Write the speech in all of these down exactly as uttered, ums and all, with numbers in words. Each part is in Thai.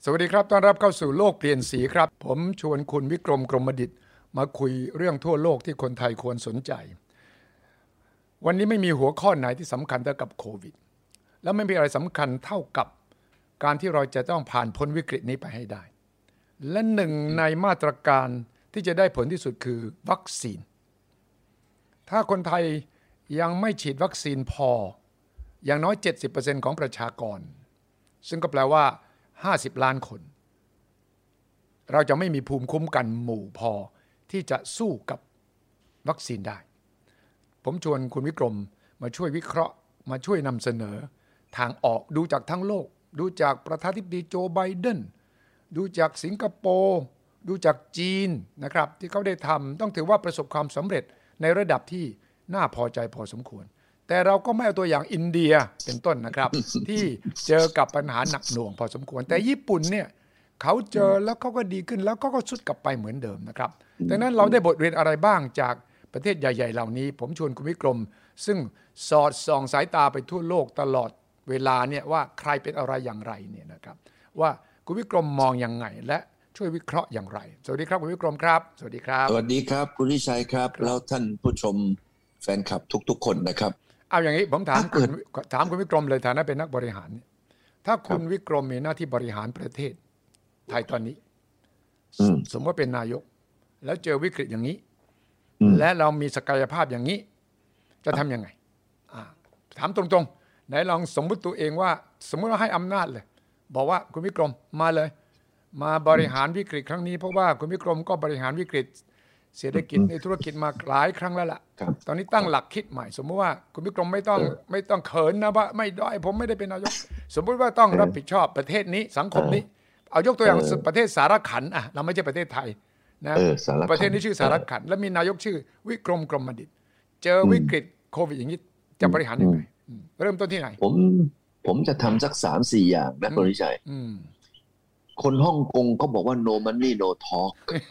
สวัสดีครับต้อนรับเข้าสู่โลกเปลี่ยนสีครับผมชวนคุณวิกรมกรมดิษฐ์มาคุยเรื่องทั่วโลกที่คนไทยควรสนใจวันนี้ไม่มีหัวข้อไหนที่สำคัญเท่ากับโควิดแล้วไม่มีอะไรสำคัญเท่ากับการที่เราจะต้องผ่านพ้นวิกฤตนี้ไปให้ได้และหนึ่งในมาตรการที่จะได้ผลที่สุดคือวัคซีนถ้าคนไทยยังไม่ฉีดวัคซีนพออย่างน้อย เจ็ดสิบเปอร์เซ็นต์ ของประชากรซึ่งก็แปลว่าห้าสิบล้านคนเราจะไม่มีภูมิคุ้มกันหมู่พอที่จะสู้กับวัคซีนได้ผมชวนคุณวิกรมมาช่วยวิเคราะห์มาช่วยนำเสนอทางออกดูจากทั้งโลกดูจากประธานาธิบดีโจไบเดนดูจากสิงคโปร์ดูจากจีนนะครับที่เขาได้ทำต้องถือว่าประสบความสำเร็จในระดับที่น่าพอใจพอสมควรแต่เราก็ไม่เอาตัวอย่างอินเดียเป็นต้นนะครับ ที่เจอกับปัญหาหนักหน่วงพอสมควรแต่ญี่ปุ่นเนี่ยเขาเจอแล้วเขาก็ดีขึ้นแล้วเขาก็สุดกลับไปเหมือนเดิมนะครับดังนั้นเราได้บทเรียนอะไรบ้างจากประเทศใหญ่ๆเหล่านี้ผมชวนคุณวิกรมซึ่งสอดส่องสายตาไปทั่วโลกตลอดเวลาเนี่ยว่าใครเป็นอะไรอย่างไรเนี่ยนะครับว่าคุณวิกรมมองยังไงและช่วยวิเคราะห์อย่างไรสวัสดีครับคุณวิกรมครับสวัสดีครับสวัสดีครับคุณวิชัยครับแล้วท่านผู้ชมแฟนคลับทุกๆคนนะครับเอาอย่างนี้ผมถามคุณถามคุณวิกรมเลยฐานะเป็นนักบริหารถ้าคุณวิกรมมีหน้าที่บริหารประเทศไทยตอนนี้สมมติว่าเป็นนายกแล้วเจอวิกฤตอย่างนี้และเรามีศักยภาพอย่างนี้จะทำยังไงถามตรงๆไหนลองสมมติตัวเองว่าสมมติว่าให้อำนาจเลยบอกว่าคุณวิกรมมาเลยมาบริหารวิกฤตครั้งนี้เพราะว่าคุณวิกรมก็บริหารวิกฤตเศรษฐกิจในธุรกิจมาหลายครั้งแล้วล่ะตอนนี้ตั้งหลักคิดใหม่สมมติว่าคุณวิกรมไม่ต้องไม่ต้องเขินนะว่าไม่ได้ผมไม่ได้เป็นนายกสมมติว่าต้องรับผิดชอบประเทศนี้สังคมนี้เอายกตัวอย่างประเทศสารขันอ่ะเราไม่ใช่ประเทศไทยนะประเทศนี้ชื่อสารขันแล้วมีนายกชื่อวิกรมกรมดิษฐ์เจอวิกฤตโควิดอย่างนี้จะบริหารยังไงเริ่มต้นที่ไหนผมผมจะทำสัก สามสี่ อย่างนะคุณวิชัยคนฮ่องกงเขาบอกว่า no money no talk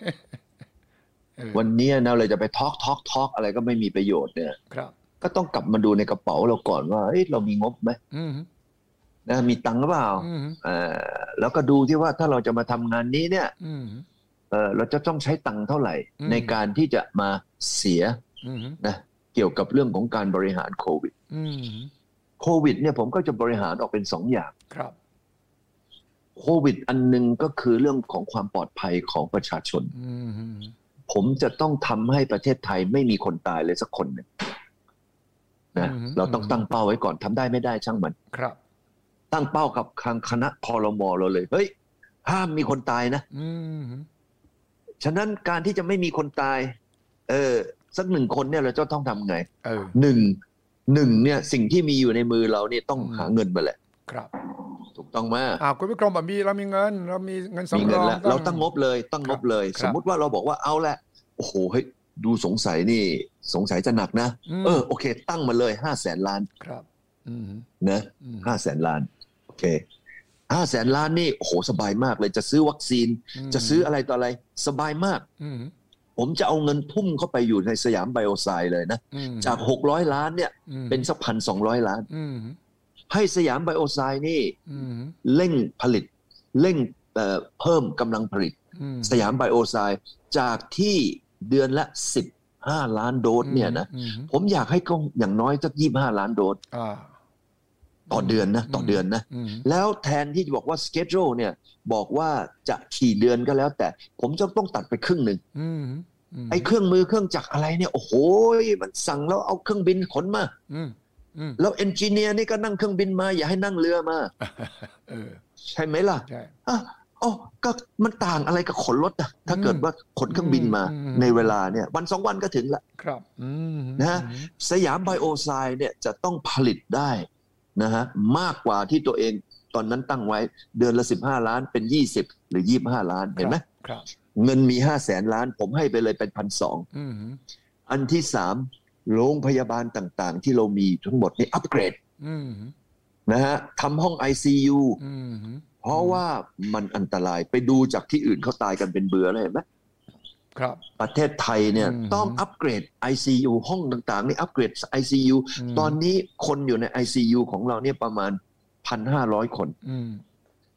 วันนี้นะเราจะไปทอล์กทอล์กทอล์กอะไรก็ไม่มีประโยชน์เนี่ยก็ต้องกลับมาดูในกระเป๋าเราก่อนว่าเอ้ยเรามีงบไหมนะมีตังค์หรือเปล่าแล้วก็ดูที่ว่าถ้าเราจะมาทำงานนี้เนี่ยเราจะต้องใช้ตังค์เท่าไหร่ในการที่จะมาเสียนะเกี่ยวกับเรื่องของการบริหารโควิดโควิดเนี่ยผมก็จะบริหารออกเป็นสองอย่างโควิดอันนึงก็คือเรื่องของความปลอดภัยของประชาชนผมจะต้องทำให้ประเทศไทยไม่มีคนตายเลยสักคนนึงนะเราต้องตั้งเป้าไว้ก่อนทำได้ไม่ได้ช่างมันครับตั้งเป้ากับทางคณะครม.เราเลยเฮ้ยห้ามมีคนตายนะฉะนั้นการที่จะไม่มีคนตายเออสักหนึ่งคนเนี่ยเราจะต้องทำไงหนึ่งหนึ่งเนี่ยสิ่งที่มีอยู่ในมือเราเนี่ยต้องหาเงินมาแหละครับถูกต้องไหมอ่าคุณวิกรมบอกมีเรามีเงินเรามีเงินสำรองเราตั้งงบเลยตั้งงบเลยสมมุติว่าเราบอกว่าเอาละโอ้โหเฮ้ยดูสงสัยนี่สงสัยจะหนักนะเออโอเคตั้งมาเลยห้าแสนล้านครับนะห้าแสนล้านโอเคห้าแสนล้านนี่โอ้โหสบายมากเลยจะซื้อวัคซีนจะซื้ออะไรต่ออะไรสบายมากผมจะเอาเงินทุ่มเข้าไปอยู่ในสยามไบโอไซด์เลยนะจากหกร้อยล้านเนี่ยเป็นสักพันสองร้อยล้านให้สยามไบโอไซด์นี่เร่งผลิตเร่งเพิ่มกำลังผลิตสยามไบโอไซด์จากที่เดือนละสิบห้าล้านโดสเนี่ยนะผมอยากให้ก็อย่างน้อยสักยี่สิบห้าล้านโดสต่อเดือนนะต่อเดือนนะแล้วแทนที่จะบอกว่าสเกจโรเนี่ยบอกว่าจะกี่เดือนก็แล้วแต่ผมจะต้องตัดไปครึ่งหนึ่งไอ้เครื่องมือเครื่องจักรอะไรเนี่ยโอ้โหมันสั่งแล้วเอาเครื่องบินขนมาแล้วเอนจิเนียร์นี่ก็นั่งเครื่องบินมาอย่าให้นั่งเรือมาใช่ไหมล่ะอ่ะอ๋อก็มันต่างอะไรกับขนรถอ่ะถ้าเกิดว่าขนเครื่องบินมาในเวลาเนี่ยวันสองวันก็ถึงละครับนะสยามไบโอไซด์เนี่ยจะต้องผลิตได้นะฮะมากกว่าที่ตัวเองตอนนั้นตั้งไว้เดือนละสิบห้าล้านเป็นยี่สิบหรือยี่สิบห้าล้านเห็นไหมเงินมีห้าแสนล้านผมให้ไปเลยเป็น หนึ่งพันสองร้อย อันที่สามโรงพยาบาลต่างๆที่เรามีทั้งหมดนี่อัปเกรดนะฮะทำห้อง ไอ ซี ยู เพราะว่ามันอันตรายไปดูจากที่อื่นเขาตายกันเป็นเบื่อเลยเห็นไหมครับประเทศไทยเนี่ยต้องอัปเกรด ไอ ซี ยู ห้องต่างๆนี่อัปเกรด ไอ ซี ยู ตอนนี้คนอยู่ใน ไอ ซี ยู ของเราเนี่ยประมาณ หนึ่งพันห้าร้อย คน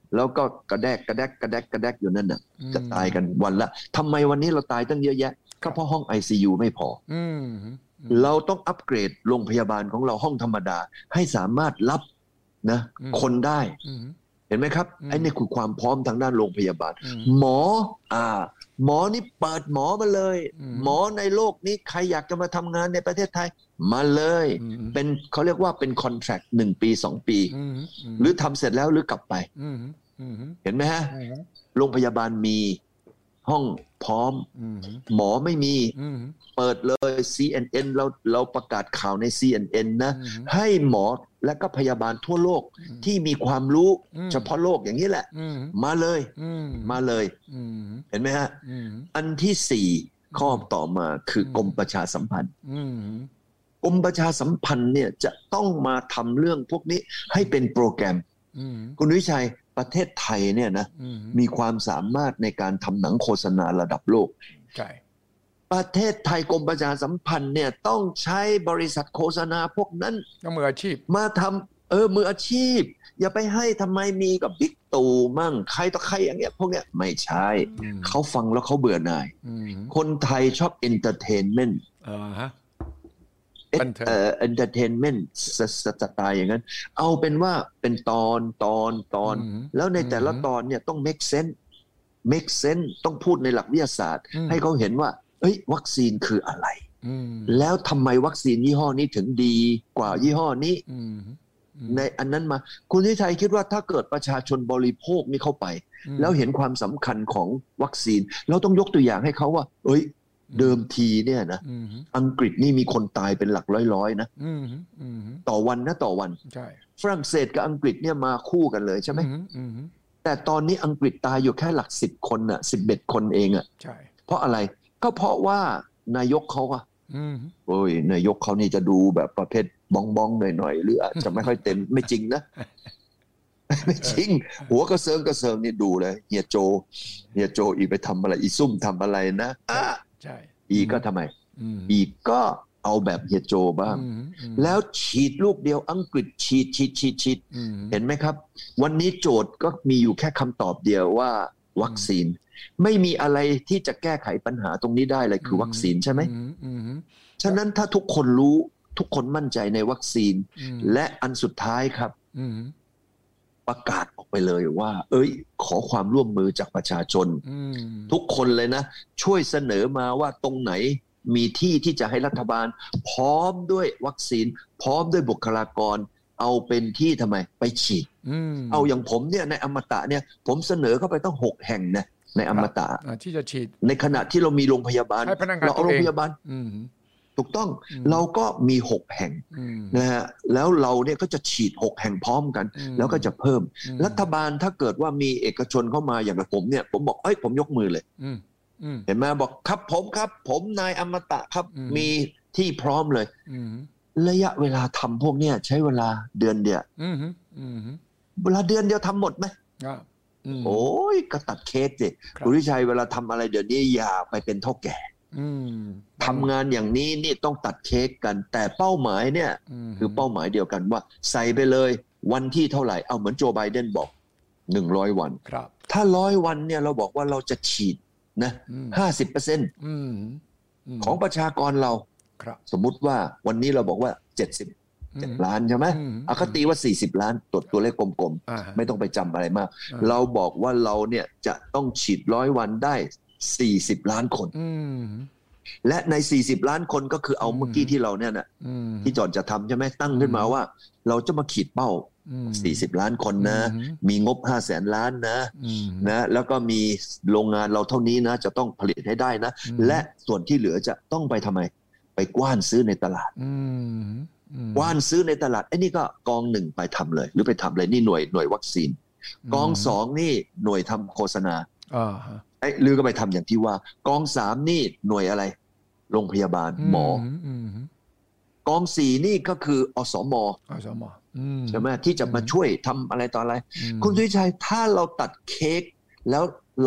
แล้วก็กระแดกกระแดกกระแดกกระแดกอยู่นั่นน่ะจะตายกันวันละทำไมวันนี้เราตายตั้งเยอะแยะก็เพราะห้อง ไอ ซี ยู ไม่พอเราต้องอัปเกรดโรงพยาบาลของเราห้องธรรมดาให้สามารถรับนะคนได้เห็นไหมครับไอ้นี่คือความพร้อมทางด้านโรงพยาบาลหมออ่าหมอนี่เปิดหมอมาเลยหมอในโลกนี้ใครอยากจะมาทำงานในประเทศไทยมาเลยเป็นเขาเรียกว่าเป็นคอนแทรคหนึ่งปีสองปีหรือทำเสร็จแล้วหรือกลับไปเห็นไหมฮะโรงพยาบาลมีห้องพร้อมหมอไม่มีเปิดเลย ซี เอ็น เอ็น เราเราประกาศข่าวใน ซี เอ็น เอ็น นะให้หมอและก็พยาบาลทั่วโลกที่มีความรู้เฉพาะโลกอย่างนี้แหละมาเลยมาเลยเห็นไหมฮะอันที่สี่ข้อต่อมาคือกรมประชาสัมพันธ์กรมประชาสัมพันธ์เนี่ยจะต้องมาทำเรื่องพวกนี้ให้เป็นโปรแกรมคุณวิชัยประเทศไทยเนี่ยนะมีความสามารถในการทำหนังโฆษณาระดับโลกใช่ประเทศไทยกรมประชาสัมพันธ์เนี่ยต้องใช้บริษัทโฆษณาพวกนั้นต้องมืออาชีพมาทำเออมืออาชีพอย่าไปให้ทำไมมีกับบิ๊กตู่มั่งใครต่อใครอย่างเงี้ยพวกเนี้ยไม่ใช่เขาฟังแล้วเขาเบื่อหน่ายคนไทยชอบเอนเตอร์เทนเมนต์อ่าฮะเอ่อเอนเตอร์เทนเมนต์สไตล์อย่างนั้นเอาเป็นว่าเป็นตอนตอนตอนแล้วในแต่ละตอนเนี่ยต้อง make sense make sense ต้องพูดในหลักวิทยาศาสตร์ให้เขาเห็นว่าเอ้ยวัคซีนคืออะไรแล้วทำไมวัคซีนยี่ห้อนี้ถึงดีกว่ายี่ห้อนี้ในอันนั้นมาคุณทิชัยคิดว่าถ้าเกิดประชาชนบริโภคนี่เข้าไปแล้วเห็นความสำคัญของวัคซีนเราต้องยกตัวอย่างให้เขาว่าเอ้ยเดิมทีเนี่ยนะอังกฤษนี่มีคนตายเป็นหลักร้อยๆนะต่อวันนะต่อวันฝรั่งเศสกับอังกฤษเนี่ยมาคู่กันเลยใช่ไหมแต่ตอนนี้อังกฤษตายอยู่แค่หลักสิบคนน่ะสิบเอ็ดคนเองอ่ะเพราะอะไรก็เพราะว่านายกเขาอะโอ้ยนายกเขานี่จะดูแบบประเภทบ้องบ้องหน่อยๆหรืออาจจะไม่ค่อยเต็มไม่จริงนะไม่จริงหัวกระเซิงกระเซิงนี่ดูเลยเฮียโจเฮียโจอีไปทำอะไรอีซุ่มทำอะไรนะอ่ะใช่อีก็ทำไมอีก็เอาแบบเฮียโจบ้างแล้วฉีดลูกเดียวอังกฤษฉีดฉีดฉีดฉีดเห็นไหมครับวันนี้โจทย์ก็มีอยู่แค่คำตอบเดียวว่าวัคซีนไม่มีอะไรที่จะแก้ไขปัญหาตรงนี้ได้เลยคือวัคซีนใช่ไหมฉะนั้นถ้าทุกคนรู้ทุกคนมั่นใจในวัคซีนและอันสุดท้ายครับประกาศออกไปเลยว่าเอ้ยขอความร่วมมือจากประชาชนทุกคนเลยนะช่วยเสนอมาว่าตรงไหนมีที่ที่จะให้รัฐบาลพร้อมด้วยวัคซีนพร้อมด้วยบุคลากรเอาเป็นที่ทำไมไปฉีดเอาอย่างผมเนี่ยในอมตะเนี่ยผมเสนอเข้าไปต้องหกแห่งนะในอมตะที่จะฉีดในขณะที่เรามีโรงพยาบาลเราเอาโรงพยาบาลถูกต้องเราก็มีหกแห่งนะฮะแล้วเราเนี่ยก็จะฉีดหกแห่งพร้อมกันแล้วก็จะเพิ่มรัฐบาลถ้าเกิดว่ามีเอกชนเข้ามาอย่างผมเนี่ยผมบอกเอ้ยผมยกมือเลยเห็นไหมบอกครับผมครับผมนายอมตะครับมีที่พร้อมเลยระยะเวลาทำพวกเนี้ยใช้เวลาเดือนเดียวเวลาเดือนเดียวทำหมดไหมโอ้ยก็ตัดเค้กสิคุณวิชัยเวลาทำอะไรเดี๋ยวนี้อย่าไปเป็นเท่าแก่ทำงานอย่างนี้นี่ต้องตัดเค้กกันแต่เป้าหมายเนี่ยคือเป้าหมายเดียวกันว่าใส่ไปเลยวันที่เท่าไหร่เอาเหมือนโจไบเดนบอกหนึ่งร้อยวันถ้าร้อยวันเนี่ยเราบอกว่าเราจะฉีดนะห้าสิบเปอร์เซ็นต์ของประชากรเราสมมุติว่าวันนี้เราบอกว่าเจ็ดสิบเจ็ดล้านใช่ไหมอคติว่าสี่สิบล้านตัวตัวเลขกลมๆไม่ต้องไปจำอะไรมากเราบอกว่าเราเนี่ยจะต้องฉีดร้อยวันได้สี่สิบล้านคนและในสี่สิบล้านคนก็คือเอาเมื่อกี้ที่เราเนี่ยนะที่จอนจะทำใช่ไหมตั้งขึ้นมาว่าเราจะมาขีดเป้าสี่สิบล้านคนนะมีงบห้าแสนล้านนะนะแล้วก็มีโรงงานเราเท่านี้นะจะต้องผลิตให้ได้นะและส่วนที่เหลือจะต้องไปทำไมไปกว้านซื้อในตลาดกว้านซื้อในตลาดไอ้นี่ก็กองหนึ่งไปทำเลยหรือไปทำเลยนี่หน่วยหน่วยวัคซีนกองสองนี่หน่วยทำโฆษณาไอ้ลือก็ไปทำอย่างที่ว่ากองสามนี่หน่วยอะไรโรงพยาบาลหมอกองสี่นี่ก็คืออสมอสมใช่ไหมที่จะมาช่วยทำอะไรต่ออะไรคุณสุวิชัยถ้าเราตัดเค้กแล้วเรา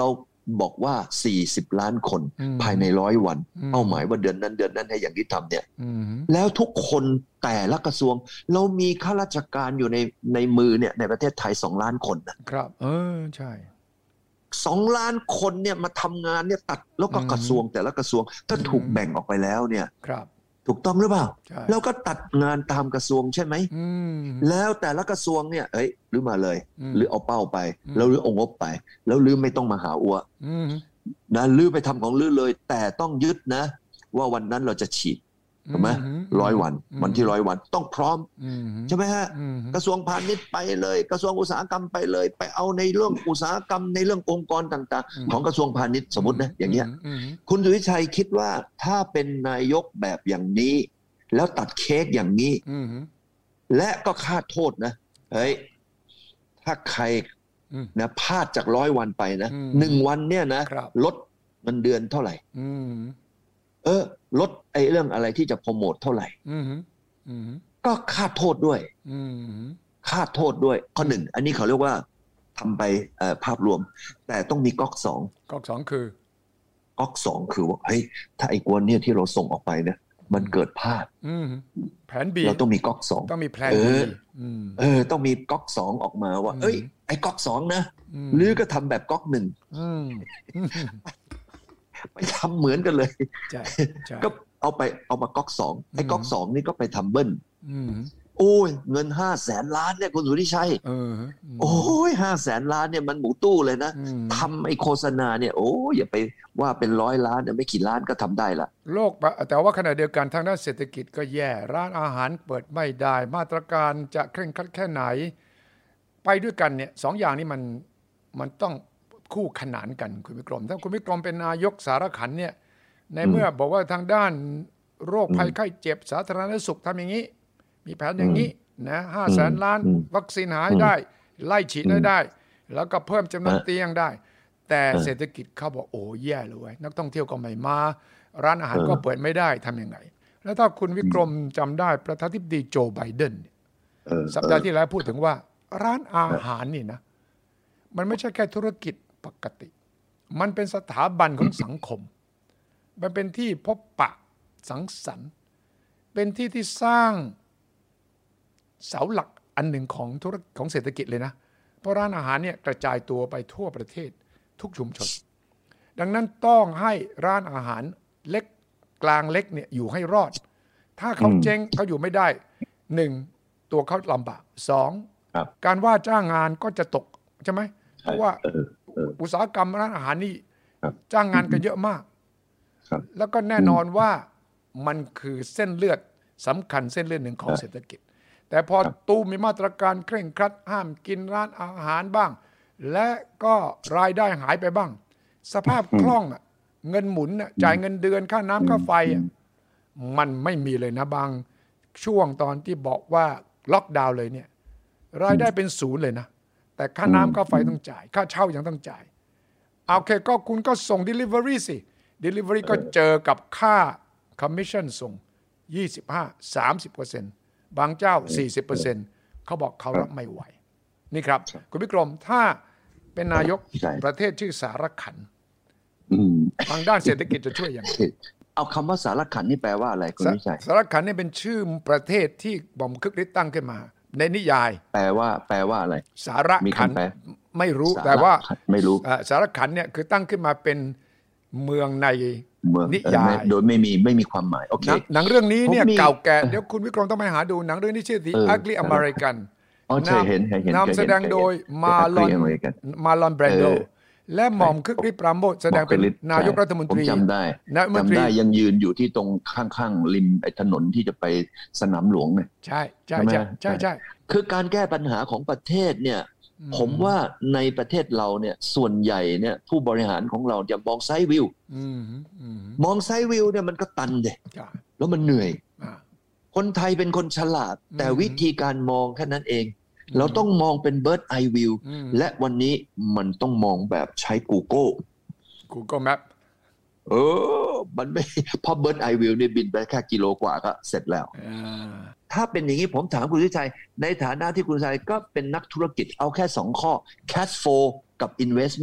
บอกว่าสี่สิบล้านคนภายในร้อยวันเป้าหมายว่าเดือนนั้นเดือนนั้นให้อย่างที่ทำเนี่ยแล้วทุกคนแต่ละกระทรวงเรามีข้าราชการอยู่ในในมือเนี่ยในประเทศไทยสองล้านคนนะครับเออใช่สองล้านคนเนี่ยมาทำงานเนี่ยตัดแล้วก็กระทรวงแต่ละกระทรวงถ้าถูกแบ่งออกไปแล้วเนี่ยครับถูกต้องหรือเปล่าแล้วก็ตัดงานตามกระทรวงใช่ไหมแล้วแต่ละกระทรวงเนี่ยเอ้ยหรือมาเลยหรือเอาเป้าไปแล้วหรือองงบไปแล้วหรือไม่ต้องมาหาอัวนะหรือไปทำของลือเลยแต่ต้องยึดนะว่าวันนั้นเราจะฉีดถูกไหมร้อยวันวันที่ร้อยวันต้องพร้อมใช่ไหมฮะกระทรวงพาณิชย์ไปเลยกระทรวงอุตสาหกรรมไปเลยไปเอาในเรื่องอุตสาหกรรมในเรื่ององค์กรต่างๆของกระทรวงพาณิชย์สมมตินะอย่างเงี้ยคุณสุวิชัยคิดว่าถ้าเป็นนายกแบบอย่างนี้แล้วตัดเค้กอย่างนี้และก็คาดโทษนะเฮ้ยถ้าใครนะพลาดจากร้อยวันไปนะหนึ่งวันเนี่ยนะลดเงินเดือนเท่าไหร่เออลดไอ้เรื่องอะไรที่จะโปรโมทเท่าไหร่ก็คาดโทษด้วยคาดโทษด้วยข้อหนึ่งอันนี้เขาเรียกว่าทำไปภาพรวมแต่ต้องมีก๊อกสองก๊อกสองคือก๊อกสองคือว่าเฮ้ยถ้าไอ้กวนเนี่ยที่เราส่งออกไปเนี่ยมันเกิดพลาดแผน B เราต้องมีก๊อกสองต้องมีแผน B เออต้องมีก๊อกสองออกมาว่าเอ้ยไอ้ก๊อกสองนะหรือก็ทำแบบก๊อกหนึ่งไปทำเหมือนกันเลยก็เอาไปเอามาก๊อกสองไอ้ก๊อกสองนี่ก็ไปทำเบิ้ลโอ้ยเงินห้าแสนล้านเนี่ยคุณสุริชัยโอ้ยห้าแสนล้านเนี่ยมันหมูตู้เลยนะทำไอ้โฆษณาเนี่ยโอ้ยอย่าไปว่าเป็นร้อยล้านเนี่ยไม่กี่ล้านก็ทำได้ละโลกแต่ว่าขณะเดียวกันทางด้านเศรษฐกิจก็แย่ร้านอาหารเปิดไม่ได้มาตรการจะเคร่งครัดแค่ไหนไปด้วยกันเนี่ยสองอย่างนี้มันมันต้องคู่ขนานกันคุณวิกรมถ้าคุณวิกรมเป็นนายกสารขันเนี่ยในเมื่อบอกว่าทางด้านโรคภัยไข้เจ็บสาธารณสุขทำอย่างนี้มีแผนอย่างนี้นะห้าแสนล้านวัคซีนหาให้ได้ไล่ฉีดได้ได้แล้วก็เพิ่มจำนวนเตียงได้แต่เศรษฐกิจเขาบอกโอ้แย่เลยนักท่องเที่ยวก็ไม่มาร้านอาหารก็เปิดไม่ได้ทำยังไงแล้วถ้าคุณวิกรมจำได้ประธานาธิบดีโจไบเดนสัปดาห์ที่แล้วพูดถึงว่าร้านอาหารนี่นะมันไม่ใช่แค่ธุรกิจปกติมันเป็นสถาบันของสังคมมันเป็นที่พบปะสังสรรค์เป็นที่ที่สร้างเสาหลักอันหนึ่งของธุรกิจของเศรษฐกิจเลยนะเพราะร้านอาหารเนี่ยกระจายตัวไปทั่วประเทศทุกชุมชนดังนั้นต้องให้ร้านอาหารเล็กกลางเล็กเนี่ยอยู่ให้รอดถ้าเขาเจ๊งเขาอยู่ไม่ได้หนึ่งตัวเขาลำบากสองการว่าจ้างงานก็จะตกใช่ไหมเพราะว่าอุตสาหกรรมร้านอาหารนี่จ้างงานกันเยอะมากแล้วก็แน่นอนว่ามันคือเส้นเลือดสำคัญเส้นเลือดหนึ่งของเศรษฐกิจแต่พอตูมีมาตรการเคร่งครัดห้ามกินร้านอาหารบ้างและก็รายได้หายไปบ้างสภาพคล่องเงินหมุนจ่ายเงินเดือนค่าน้ำค่าไฟมันไม่มีเลยนะบางช่วงตอนที่บอกว่าล็อกดาวน์เลยเนี่ยรายได้เป็นศูนย์เลยนะแต่ค่าน้ำค่าไฟต้องจ่ายค่าเช่ายังต้องจ่ายโอเคก็คุณก็ส่ง delivery สิ delivery ก็เจอกับค่า commission ส่ง ยี่สิบห้า สามสิบเปอร์เซ็นต์ บางเจ้า สี่สิบเปอร์เซ็นต์ เขาบอกเขารับไม่ไหวนี่ครับคุณวิกรมถ้าเป็นนายกประเทศชื่อสารขันทางด้านเศรษฐกิจจะช่วยอย่างไรเอาคำว่าสารขันนี่แปลว่าอะไรคุณวิชัยสารขันนี่เป็นชื่อประเทศที่บอมคึกฤทธิ์ตั้งขึ้นมาในนิยายแปลว่าแปลว่าอะไรสารขันไม่รู้แต่ว่าไม่รู้สารขันเนี่ยคือตั้งขึ้นมาเป็นเมืองในนิยายโดยไม่มีไม่มีความหมายโอเคหนังเรื่องนี้เนี่ยเก่าแก่เดี๋ยวคุณวิกรมต้องไปหาดูหนังเรื่องนี้ชื่อ The Ugly American นำแสดงโดยมาลอนมาลอนแบรนโดและหม่อมคึกฤทธิ์ปราโมชแสดงเป็นนายกรัฐมนตรีจำได้จำได้ยังยืนอยู่ที่ตรงข้างๆริมไอ้ถนนที่จะไปสนามหลวงเนี่ยใช่ใช่ใช่ใช่ใช่คือการแก้ปัญหาของประเทศเนี่ยผมว่าในประเทศเราเนี่ยส่วนใหญ่เนี่ยผู้บริหารของเราจะมองไซด์วิวมองไซด์วิวเนี่ยมันก็ตันเด็แล้วมันเหนื่อยคนไทยเป็นคนฉลาดแต่วิธีการมองแค่นั้นเองเราต้องมองเป็น bird eye view และวันนี้มันต้องมองแบบใช้ Google Google Map เออมันไม่พอ bird eye view เนี่ยบินไปแค่กิโลกว่าก็เสร็จแล้วถ้าเป็นอย่างนี้ผมถามคุณวิชัยในฐานะที่คุณวิชัยก็เป็นนักธุรกิจเอาแค่สองข้อ cash flow กับ investment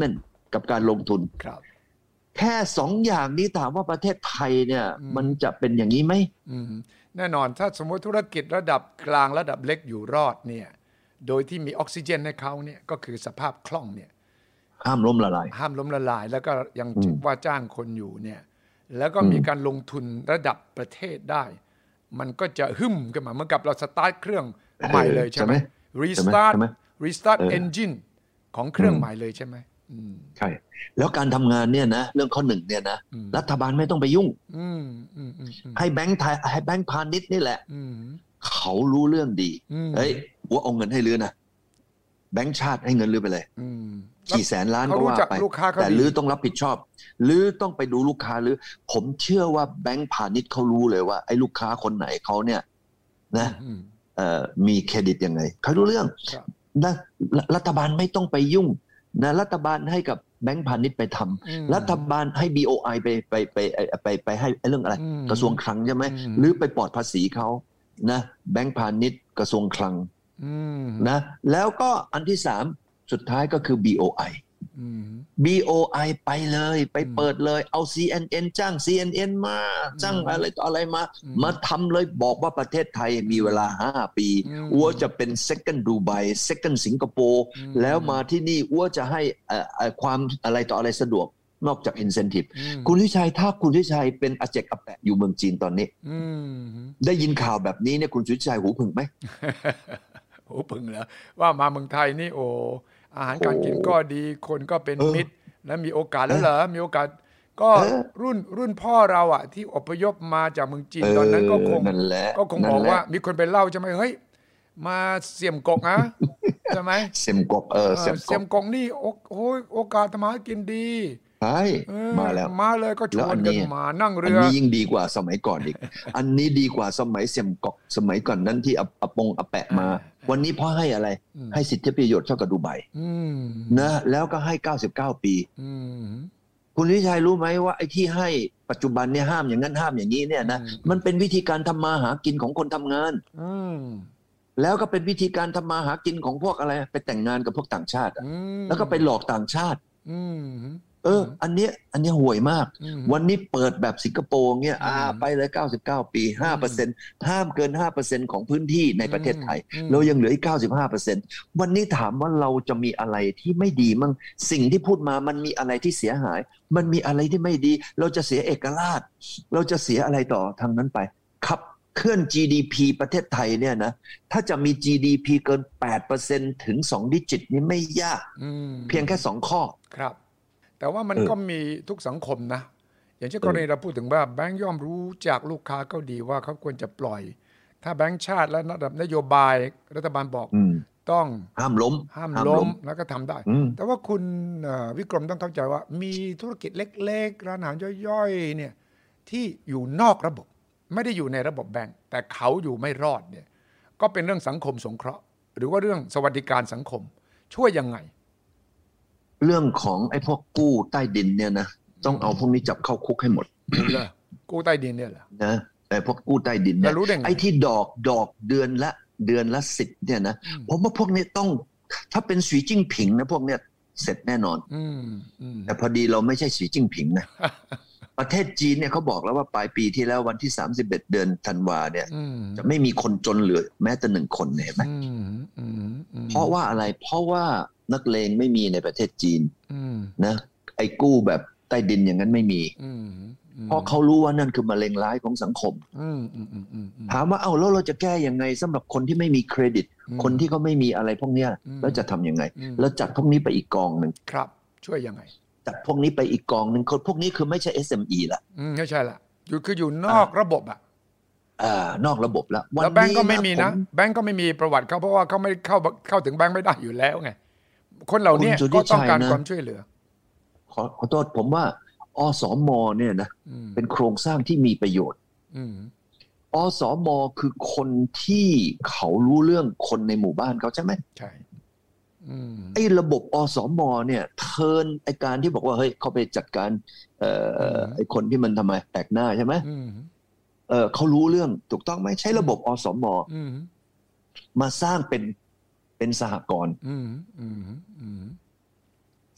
กับการลงทุนครับแค่สองอย่างนี้ถามว่าประเทศไทยเนี่ยมันจะเป็นอย่างนี้ไหมแน่นอนถ้าสมมติธุรกิจระดับกลางระดับเล็กอยู่รอดเนี่ยโดยที่มีออกซิเจนให้เขาเนี่ยก็คือสภาพคล่องเนี่ยห้ามล้มละลายห้ามล้มละลายแล้วก็ยังว่าจ้างคนอยู่เนี่ยแล้วก็มีการลงทุนระดับประเทศได้มันก็จะหึ่มขึ้นมาเหมือนกับเราสตาร์ทเครื่องใหม่เลยใช่ไหม restart restart engine ของเครื่องใหม่เลยใช่ไหมใช่แล้วการทำงานเนี่ยนะเรื่องข้อหนึ่งเนี่ยนะรัฐบาลไม่ต้องไปยุ่งให้แบงค์ไทยให้แบงค์พาณิชย์นี่แหละเขารู้เรื่องดีเฮ้ยว่าเอาเงินให้ลือนะแบงค์ชาติให้เงินลือไปเลยกี่แสนล้านก็ว่าไปแต่ลือต้องรับผิดชอบลือต้องไปดูลูกค้าลือผมเชื่อว่าแบงค์พาณิชย์เขารู้เลยว่าไอ้ลูกค้าคนไหนเขาเนี่ยนะมีเครดิตยังไงเขารู้เรื่องนะรัฐบาลไม่ต้องไปยุ่งนะรัฐบาลให้กับแบงก์พาณิชย์ไปทำรัฐบาลให้ บี โอ ไอ ไปไปไปไปไปให้เรื่องอะไรกระทรวงคลังใช่ไหมหรือไปปลอดภาษีเขานะแบงก์พาณิชย์กระทรวงคลังนะแล้วก็อันที่สามสุดท้ายก็คือ บี โอ ไอ บี โอ ไอ ไปเลยไปเปิดเลยเอา ซี เอ็น เอ็น จ้าง ซี เอ็น เอ็น มาจ้างอะไรต่ออะไรมามาทำเลยบอกว่าประเทศไทยมีเวลาห้าปีอัวจะเป็น second Dubai second สิงคโปร์แล้วมาที่นี่อัวจะให้ความอะไรต่ออะไรสะดวกนอกจาก incentive คุณวิชัยถ้าคุณวิชัยเป็นอาเจกอาแปะอยู่เมืองจีนตอนนี้ได้ยินข่าวแบบนี้เนี่ยคุณวิชัยหูผึ่งไหมหูผึ่งเหรอว่ามาเมืองไทยนี่โออาหารการกินก็ดีคนก็เป็นมิตรและมีโอกาสแล้วเหรอมีโอกาสก็รุ่นรุ่นพ่อเราอ่ะที่อพยพมาจากเมืองจีนตอนนั้นก็คงก็คงบอกว่ามีคนไปเล่าใช่ไหมเฮ้ยมาเสี่ยมกกนะใช่ไหมเสี่ยมกกเออเสี่ยมกกเสี่ยมกกนี่โอ้ยโอกาสทำมาหากินดีใช่มาแล้วมาเลยก็ชวนกันมานั่งเรืออันนี้ยิ่งดีกว่าสมัยก่อนอีกอันนี้ดีกว่าสมัยเสี่ยมกกสมัยก่อนนั้นที่อปงอแปะมาวันนี้พ่อให้อะไรให้สิทธิประโยชน์เท่ากับดูไบนะแล้วก็ให้เก้าสิบเก้าปีคุณวิชัยรู้ไหมว่าไอ้ที่ให้ปัจจุบันเนี่ยห้ามอย่างนั้นห้ามอย่างนี้เนี่ยนะมันเป็นวิธีการทำมาหากินของคนทำงานแล้วก็เป็นวิธีการทำมาหากินของพวกอะไรไปแต่งงานกับพวกต่างชาติแล้วก็ไปหลอกต่างชาติเอออันนี้อันนี้ห่วยมากวันนี้เปิดแบบสิงคโปร์เนี่ยอ่าไปเลยเก้าสิบเก้าปี ห้าเปอร์เซ็นต์ ห้ามเกิน ห้าเปอร์เซ็นต์ ของพื้นที่ในประเทศไทยเรายังเหลืออีก เก้าสิบห้าเปอร์เซ็นต์ วันนี้ถามว่าเราจะมีอะไรที่ไม่ดีมั่งสิ่งที่พูดมามันมีอะไรที่เสียหายมันมีอะไรที่ไม่ดีเราจะเสียเอกราชเราจะเสียอะไรต่อทางนั้นไปครับเคลื่อน จี ดี พี ประเทศไทยเนี่ยนะถ้าจะมี จี ดี พี เกิน แปดเปอร์เซ็นต์ ถึงสองดิจิตนี่ไม่ยากเพียงแค่สองข้อครับแต่ว่ามันก็มีทุกสังคมนะอย่างเช่นกรณีเราพูดถึงว่าแบงค์ย่อมรู้จากลูกค้าเขาดีว่าเขาควรจะปล่อยถ้าแบงค์ชาติและระดับนโยบายรัฐบาลบอกต้องห้ามล้มห้ามล้มแล้วก็ทำได้แต่ว่าคุณวิกรมต้องเข้าใจว่ามีธุรกิจเล็กๆร้านอาหารย่อยๆเนี่ยที่อยู่นอกระบบไม่ได้อยู่ในระบบแบงค์แต่เขาอยู่ไม่รอดเนี่ยก็เป็นเรื่องสังคมสงเคราะห์หรือว่าเรื่องสวัสดิการสังคมช่วยยังไงเรื่องของไอ้พวกกู้ใต้ดินเนี่ยนะต้องเอาพวกนี้จับเข้าคุกให้หมดกู้ใต้ดินเนี่ยเหรอนะไอ้พวกกู้ใต้ดินเนี่ยไอ้ที่ดอกดอกเดือนละเดือนละสิบเนี่ยนะผมว่าพวกนี้ต้องถ้าเป็นสีจิ้งผิงนะพวกเนี้ยเสร็จแน่นอนแต่พอดีเราไม่ใช่สีจิ้งผิงนะประเทศจีนเนี่ยเขาบอกแล้วว่าปลายปีที่แล้ววันที่สามสิบเอ็ดเดือนธันวาเนี่ยจะไม่มีคนจนเหลือแม้แต่หนึ่งคนเห็นไหมเพราะว่าอะไรเพราะว่านักเลงไม่มีในประเทศจีนนะไอ้กู้แบบใต้ดินอย่างนั้นไม่มีเพราะเขารู้ว่านั่นคือมะเร็งร้ายของสังคมถามว่าเอ้าแล้วเราจะแก้ยังไงสำหรับคนที่ไม่มีเครดิตคนที่เขาไม่มีอะไรพวกนี้แล้วจะทำยังไงแล้วจัดพวกนี้ไปอีกกองหนึ่งครับช่วยยังไงจัดพวกนี้ไปอีกกองหนึ่งคนพวกนี้คือไม่ใช่ เอส เอ็ม อี ละไม่ใช่ละอยู่คืออยู่นอกระบบอ่ะอ่านอกระบบแล้วแล้วแบงก์ก็ไม่มีนะแบงก์ก็ไม่มีประวัติเขาเพราะว่าเขาไม่เข้าเข้าถึงแบงก์ไม่ได้อยู่แล้วไงคนเหล่านี้ก็ต้องการความช่วยเหลือขอขอโทษผมว่าอสม.เนี่ยนะเป็นโครงสร้างที่มีประโยชน์อสม.คือคนที่เขารู้เรื่องคนในหมู่บ้านเขาใช่ไหมใช่ไอ้ระบบอสม.เนี่ยเทิร์นไอ้การที่บอกว่าเฮ้ยเขาไปจัดการเอ่อไอ้คนที่มันทำไมแตกหน้าใช่ไหมเออเขารู้เรื่องถูกต้องไหมใช้ระบบอสม.มาสร้างเป็นเป็นสหกรณ์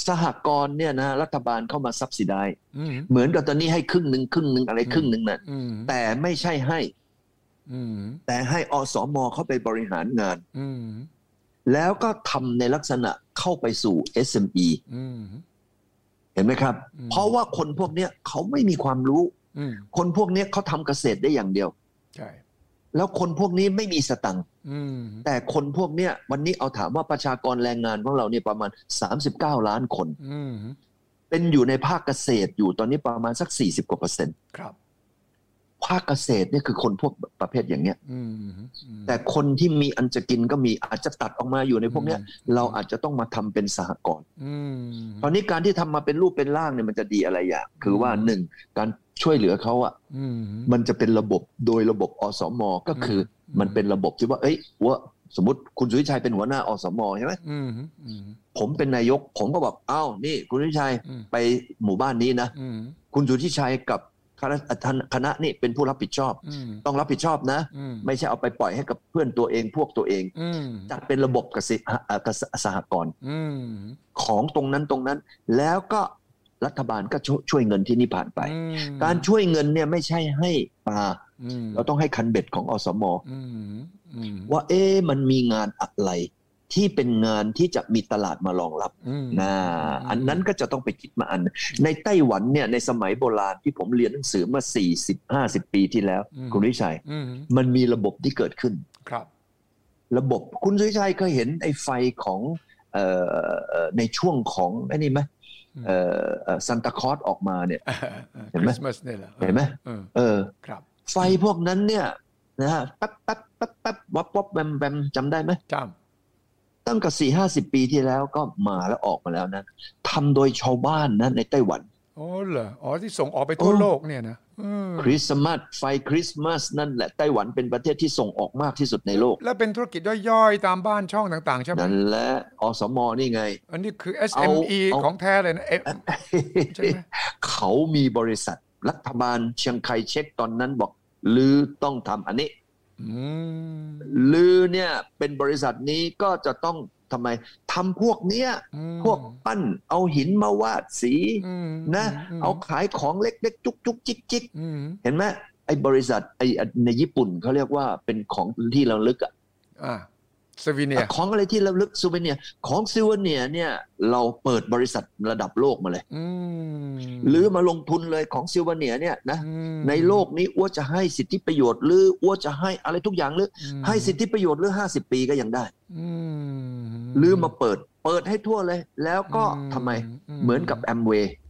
สหกรณ์เนี่ยนะรัฐบาลเข้ามาซับซิไดซ์เหมือนกับตอนนี้ให้ครึ่งหนึ่งครึ่งหนึ่งอะไรครึ่งหนึ่งน่ะแต่ไม่ใช่ให้แต่ให้อสม.เข้าไปบริหารงานแล้วก็ทำในลักษณะเข้าไปสู่ เอส เอ็ม อี เห็นไหมครับเพราะว่าคนพวกนี้เขาไม่มีความรู้คนพวกนี้เขาทำเกษตรได้อย่างเดียวใช่แล้วคนพวกนี้ไม่มีสตังค์แต่คนพวกนี้วันนี้เอาถามว่าประชากรแรงงานของเราเนี่ยประมาณสามสิบเก้าล้านคนเป็นอยู่ในภาคเกษตรอยู่ตอนนี้ประมาณสักสี่สิบกว่าเปอร์เซ็นต์ครับภาคเกษตรนี่คือคนพวกประเภทอย่างเนี้ยแต่คนที่มีอันจะกินก็มีอาจจะตัดออกมาอยู่ในพวกเนี้ยเราอาจจะต้องมาทำเป็นสหกรณ์ตอนนี้การที่ทำมาเป็นรูปเป็นร่างเนี่ยมันจะดีอะไรอย่างคือว่าหนึ่งการช่วยเหลือเขาอ่ะมันจะเป็นระบบโดยระบบอสม.ก็คือมันเป็นระบบที่ว่าเอ้ยว่าสมมติคุณสุวิชัยเป็นหัวหน้าอสม.ใช่ไหมผมเป็นนายกผมก็บอกอ้าวนี่คุณสุวิชัยไปหมู่บ้านนี้นะคุณสุวิชัยกับคณะนี่เป็นผู้รับผิดชอบต้องรับผิดชอบนะไม่ใช่เอาไปปล่อยให้กับเพื่อนตัวเองพวกตัวเองจัดเป็นระบบเกษตรสหกรณ์ของตรงนั้นตรงนั้นแล้วก็รัฐบาลก็ช่วยเงินที่นี่ผ่านไปการช่วยเงินเนี่ยไม่ใช่ให้ปลาเราต้องให้คันเบ็ดของอสม.ว่าเอ๊ะมันมีงานอะไรที่เป็นงานที่จะมีตลาดมารองรับนะอันนั้นก็จะต้องไปคิดมาอันในไต้หวันเนี่ยในสมัยโบราณที่ผมเรียนหนังสือเมื่อสี่สิบ ห้าสิบปีที่แล้วคุณวิชัยมันมีระบบที่เกิดขึ้นครับระบบคุณวิชัยเคยเห็นไอ้ไฟของเอ่อในช่วงของไอ้นี่ไหมเอ่อซันตาคลอสออกมาเนี่ยเห็นไหมเห็นไหมเออครับไฟพวกนั้นเนี่ยนะฮะแป๊บแป๊บแป๊บแป๊บวับวับแบมแบมจำได้ไหมจำตั้งแต่สี่ห้าสิบปีที่แล้วก็มาแล้วออกมาแล้วนะทำโดยชาวบ้านนะในไต้หวันอ๋อเหรออ๋อที่ส่งออกไปทั่วโลกเนี่ยนะคริสต์มาสไฟคริสต์มาสนั่นแหละไต้หวันเป็นประเทศที่ส่งออกมากที่สุดในโลกและเป็นธุรกิจย่อยๆตามบ้านช่องต่างๆใช่ไหมนั่นแหละอสม.นี่ไงอันนี้คือ เอส เอ็ม อี ของแท้เลยนะใช่ไหมเขามีบริษัทรัฐบาลเชียงไคเช็คตอนนั้นบอกลือต้องทำอันนี้ลือเนี่ยเป็นบริษัทนี้ก็จะต้องทำไมทำพวกเนี้ยพวกปั้นเอาหินมาวาดสีนะเอาขายของเล็กๆจุกๆจิกๆเห็นไหมไอ้บริษัทไอ้ในญี่ปุ่นเขาเรียกว่าเป็นของที่ระลึกอ่ะซูเวเนียของอะไรที่ระลึกซูเวเนียของซูเวเนียเนี่ยเราเปิดบริษัทระดับโลกมาเลยหรือมาลงทุนเลยของซูเวเนียเนี่ยนะในโลกนี้อ้วจะให้สิทธิประโยชน์หรืออ้วจะให้อะไรทุกอย่างหรือให้สิทธิประโยชน์หรือห้าสิบปีก็ยังได้หรือมาเปิดเปิดให้ทั่วเลยแล้วก็ทำไมเหมือนกับแอมเวย์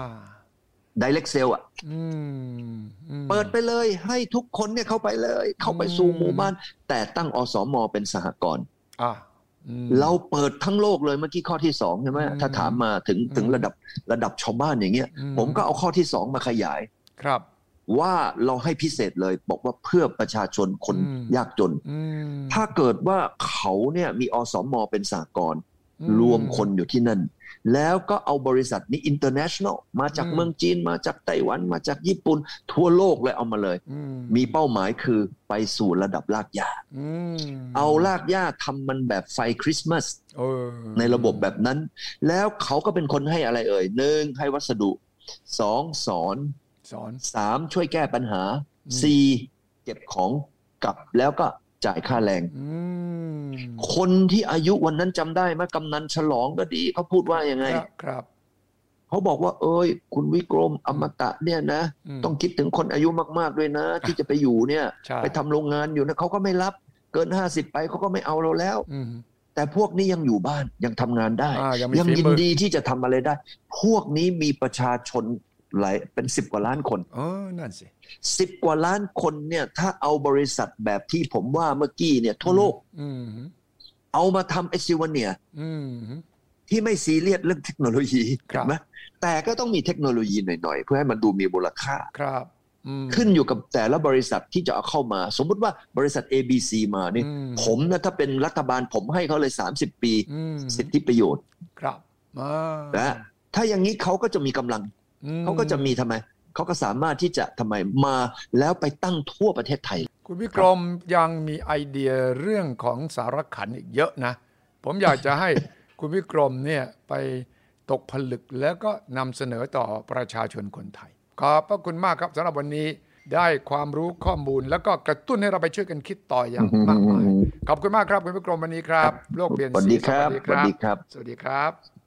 Direct Sale อ่ะเปิดไปเลยให้ทุกคนเนี่ยเข้าไปเลยเข้าไปสู่หมู่บ้านแต่ตั้งอสม.เป็นสหกรณ์เราเปิดทั้งโลกเลยเมื่อกี้ข้อที่สองใช่ไหมถ้าถามมาถึงถึงระดับระดับชาวบ้านอย่างเงี้ยผมก็เอาข้อที่สองมาขยายครับว่าเราให้พิเศษเลยบอกว่าเพื่อประชาชนคนยากจนถ้าเกิดว่าเขาเนี่ยมีอสม.เป็นสหกรณ์รวมคนอยู่ที่นั่นแล้วก็เอาบริษัทนี้ international มาจากเมืองจีนมาจากไต้หวันมาจากญี่ปุ่นทั่วโลกเลยเอามาเลยมีเป้าหมายคือไปสู่ระดับรากหญ้าเอารากหญ้าทำมันแบบไฟคริสต์มาสในระบบแบบนั้นแล้วเขาก็เป็นคนให้อะไรเอ่ยหนึ่งให้วัสดุสองสอนสามช่วยแก้ปัญหาสี่เก็บของกลับแล้วก็จ่ายค่าแรงคนที่อายุวันนั้นจำได้ไหมกำนันฉลองก็ดีเขาพูดว่ายังไงครับเขาบอกว่าเอ้ยคุณวิกรมอมตะเนี่ยนะต้องคิดถึงคนอายุมากๆด้วยนะที่จะไปอยู่เนี่ยไปทำโรงงานอยู่นะเขาก็ไม่รับเกินห้าสิบไปเขาก็ไม่เอาเราแล้วแต่พวกนี้ยังอยู่บ้านยังทำงานได้ยังยินดีที่จะทำอะไรได้พวกนี้มีประชาชนหลายเป็นสิบกว่าล้านคนอ๋อนั่นสิสิบกว่าล้านคนเนี่ยถ้าเอาบริษัทแบบที่ผมว่าเมื่อกี้เนี่ยทั่วโลกเอามาทำไอซิวเนียที่ไม่ซีเรียสเรื่องเทคโนโลยีเห็นไหมแต่ก็ต้องมีเทคโนโลยีหน่อยๆเพื่อให้มันดูมีมูลค่าครับขึ้นอยู่กับแต่ละบริษัทที่จะเอาเข้ามาสมมุติว่าบริษัท เอ บี ซี มานี่ผมนะถ้าเป็นรัฐบาลผมให้เขาเลยสามสิบปีสิทธิประโยชน์ครับนะถ้าอย่างนี้เขาก็จะมีกำลังเขาก็จะมีทำไมเขาก็สามารถที่จะทำไมมาแล้วไปตั้งทั่วประเทศไทยคุณวิกรมยังมีไอเดียเรื่องของสารขันอีกเยอะนะผมอยากจะให้ คุณวิกรมเนี่ยไปตกผลึกแล้วก็นำเสนอต่อประชาชนคนไทยขอบพระคุณมากครับสำหรับวันนี้ได้ความรู้ข้อมูลแล้วก็กระตุ้นให้เราไปช่วยกันคิดต่ออย่างมากมายขอบคุณมากครับคุณวิกรมวันนี้ครับโลกเปลี่ยนสีสวัสดีครับสวัสดีครับสวัสดีครับ